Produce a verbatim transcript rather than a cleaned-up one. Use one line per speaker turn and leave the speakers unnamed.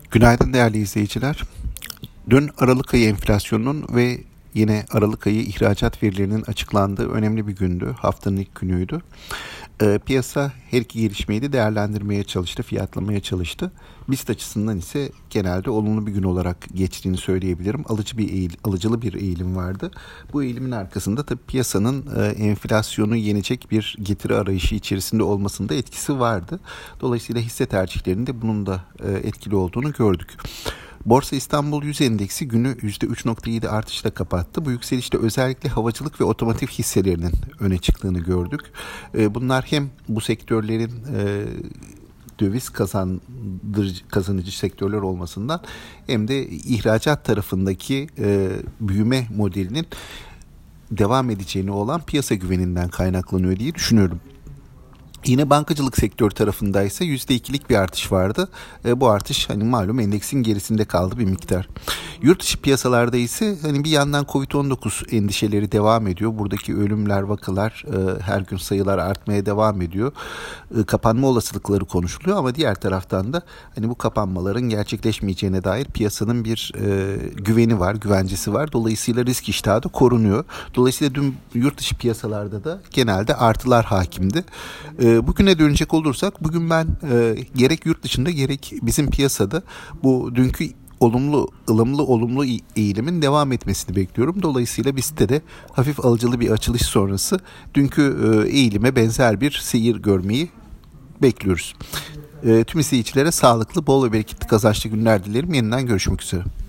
Günaydın değerli izleyiciler. Dün Aralık ayı enflasyonunun ve yine Aralık ayı ihracat verilerinin açıklandığı önemli bir gündü. Haftanın ilk günüydü. E, piyasa her iki gelişmeyi de değerlendirmeye çalıştı, fiyatlamaya çalıştı. BIST açısından ise genelde olumlu bir gün olarak geçtiğini söyleyebilirim. Alıcı bir eğil, alıcılı bir eğilim vardı. Bu eğilimin arkasında tabii piyasanın e, enflasyonu yenecek bir getiri arayışı içerisinde olmasında etkisi vardı. Dolayısıyla hisse tercihlerinde bunun da e, etkili olduğunu gördük. Borsa İstanbul yüz endeksi günü yüzde üç virgül yedi artışla kapattı. Bu yükselişte özellikle havacılık ve otomotiv hisselerinin öne çıktığını gördük. Bunlar hem bu sektörlerin döviz kazandırıcı, kazanıcı sektörler olmasından hem de ihracat tarafındaki büyüme modelinin devam edeceğine olan piyasa güveninden kaynaklanıyor diye düşünüyorum. Yine bankacılık sektörü tarafında ise yüzde ikilik bir artış vardı. E, bu artış hani malum endeksin gerisinde kaldı bir miktar. Yurt dışı piyasalarda ise hani bir yandan kovid on dokuz endişeleri devam ediyor. Buradaki ölümler, vakalar e, her gün sayılar artmaya devam ediyor. E, kapanma olasılıkları konuşuluyor ama diğer taraftan da hani bu kapanmaların gerçekleşmeyeceğine dair piyasanın bir e, güveni var, güvencesi var. Dolayısıyla risk iştahı da korunuyor. Dolayısıyla dün yurt dışı piyasalarda da genelde artılar hakimdi. E, Bugüne dönecek olursak bugün ben e, gerek yurt dışında gerek bizim piyasada bu dünkü olumlu, ılımlı, olumlu eğilimin devam etmesini bekliyorum. Dolayısıyla bizde de hafif alıcılı bir açılış sonrası dünkü e, eğilime benzer bir seyir görmeyi bekliyoruz. E, tüm izleyicilere sağlıklı, bol ve bereketli kazançlı günler dilerim. Yeniden görüşmek üzere.